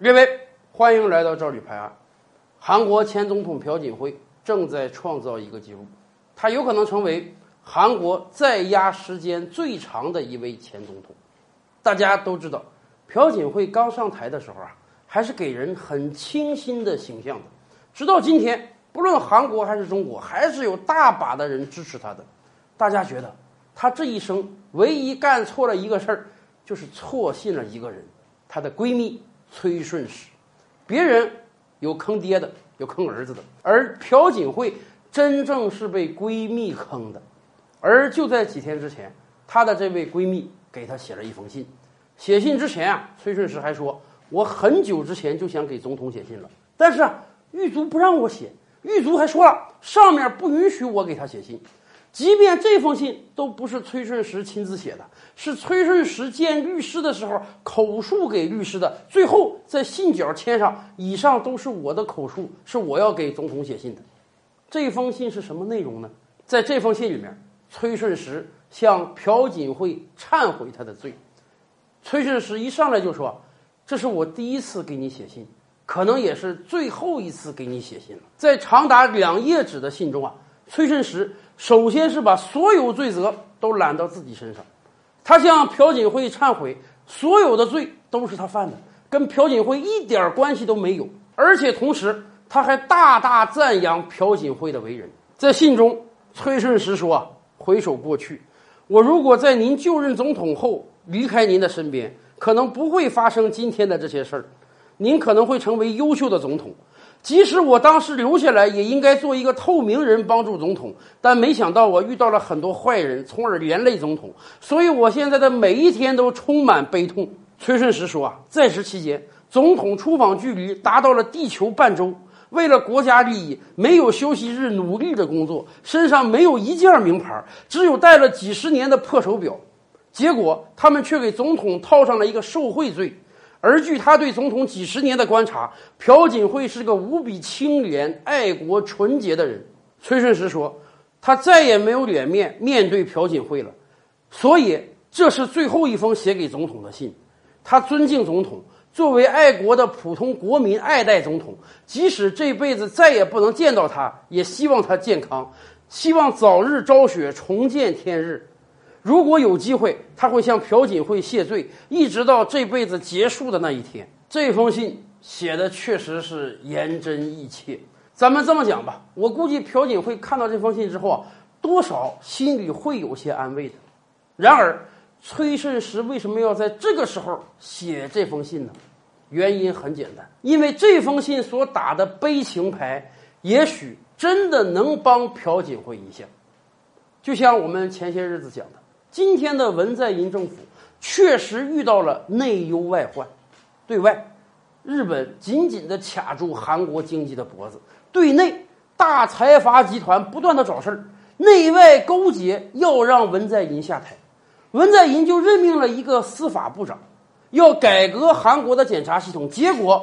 各位，欢迎来到赵吕拍案。韩国前总统朴槿惠正在创造一个纪录，他有可能成为韩国在押时间最长的一位前总统。大家都知道，朴槿惠刚上台的时候还是给人很清新的形象的。直到今天，不论韩国还是中国，还是有大把的人支持他的。大家觉得他这一生唯一干错了一个事儿，就是错信了一个人，她的闺蜜崔顺实。别人有坑爹的，有坑儿子的，而朴槿惠真正是被闺蜜坑的。而就在几天之前，她的这位闺蜜给她写了一封信。写信之前崔顺实还说，我很久之前就想给总统写信了，但是狱卒不让我写，狱卒还说了，上面不允许我给他写信。即便这封信都不是崔顺实亲自写的，是崔顺实见律师的时候口述给律师的，最后在信角签上以上都是我的口述，是我要给总统写信的。这封信是什么内容呢？在这封信里面，崔顺实向朴槿惠忏悔他的罪。崔顺实一上来就说，这是我第一次给你写信，可能也是最后一次给你写信了。在长达2页纸的信中崔顺实首先是把所有罪责都揽到自己身上，他向朴槿惠忏悔，所有的罪都是他犯的，跟朴槿惠一点关系都没有。而且同时他还大大赞扬朴槿惠的为人。在信中，崔顺实说，回首过去，我如果在您就任总统后离开您的身边，可能不会发生今天的这些事儿，您可能会成为优秀的总统。即使我当时留下来，也应该做一个透明人帮助总统，但没想到我遇到了很多坏人，从而连累总统，所以我现在的每一天都充满悲痛。崔顺实说在职期间，总统出访距离达到了地球半周，为了国家利益，没有休息日努力的工作，身上没有一件名牌，只有戴了几十年的破手表。结果他们却给总统套上了一个受贿罪。而据他对总统几十年的观察，朴槿惠是个无比清廉、爱国、纯洁的人。崔顺实说，他再也没有脸面对朴槿惠了，所以这是最后一封写给总统的信。他尊敬总统，作为爱国的普通国民爱戴总统，即使这辈子再也不能见到他，也希望他健康，希望早日昭雪，重见天日。如果有机会，他会向朴槿惠谢罪，一直到这辈子结束的那一天。这封信写的确实是言真意切。咱们这么讲吧，我估计朴槿惠看到这封信之后多少心里会有些安慰的。然而崔顺实为什么要在这个时候写这封信呢？原因很简单，因为这封信所打的悲情牌，也许真的能帮朴槿惠一下。就像我们前些日子讲的，今天的文在寅政府确实遇到了内忧外患。对外，日本紧紧地卡住韩国经济的脖子；对内，大财阀集团不断地找事儿，内外勾结，要让文在寅下台。文在寅就任命了一个司法部长，要改革韩国的检察系统。结果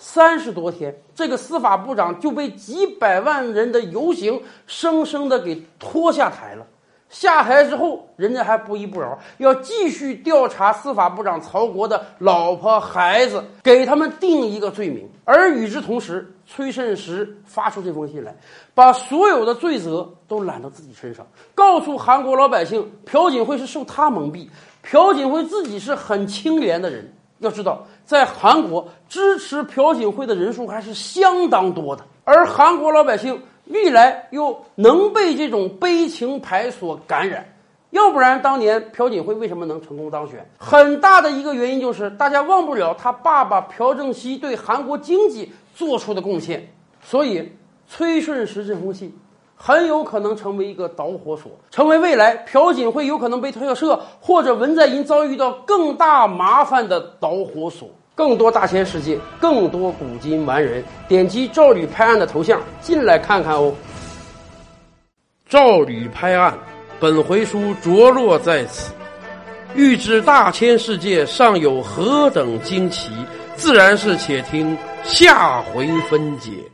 30多天，这个司法部长就被几百万人的游行生生的给拖下台了。下台之后，人家还不依不饶，要继续调查司法部长曹国的老婆孩子，给他们定一个罪名。而与之同时，崔顺实发出这封信来，把所有的罪责都揽到自己身上，告诉韩国老百姓，朴槿惠是受他蒙蔽，朴槿惠自己是很清廉的人。要知道，在韩国支持朴槿惠的人数还是相当多的，而韩国老百姓历来又能被这种悲情牌所感染，要不然当年朴槿惠为什么能成功当选？很大的一个原因就是大家忘不了他爸爸朴正熙对韩国经济做出的贡献。所以崔顺实这封信很有可能成为一个导火索，成为未来朴槿惠有可能被特赦，或者文在寅遭遇到更大麻烦的导火索。更多大千世界，更多古今完人，点击赵吕拍案的头像进来看看哦。赵吕拍案，本回书着落在此。欲知大千世界尚有何等惊奇，自然是且听下回分解。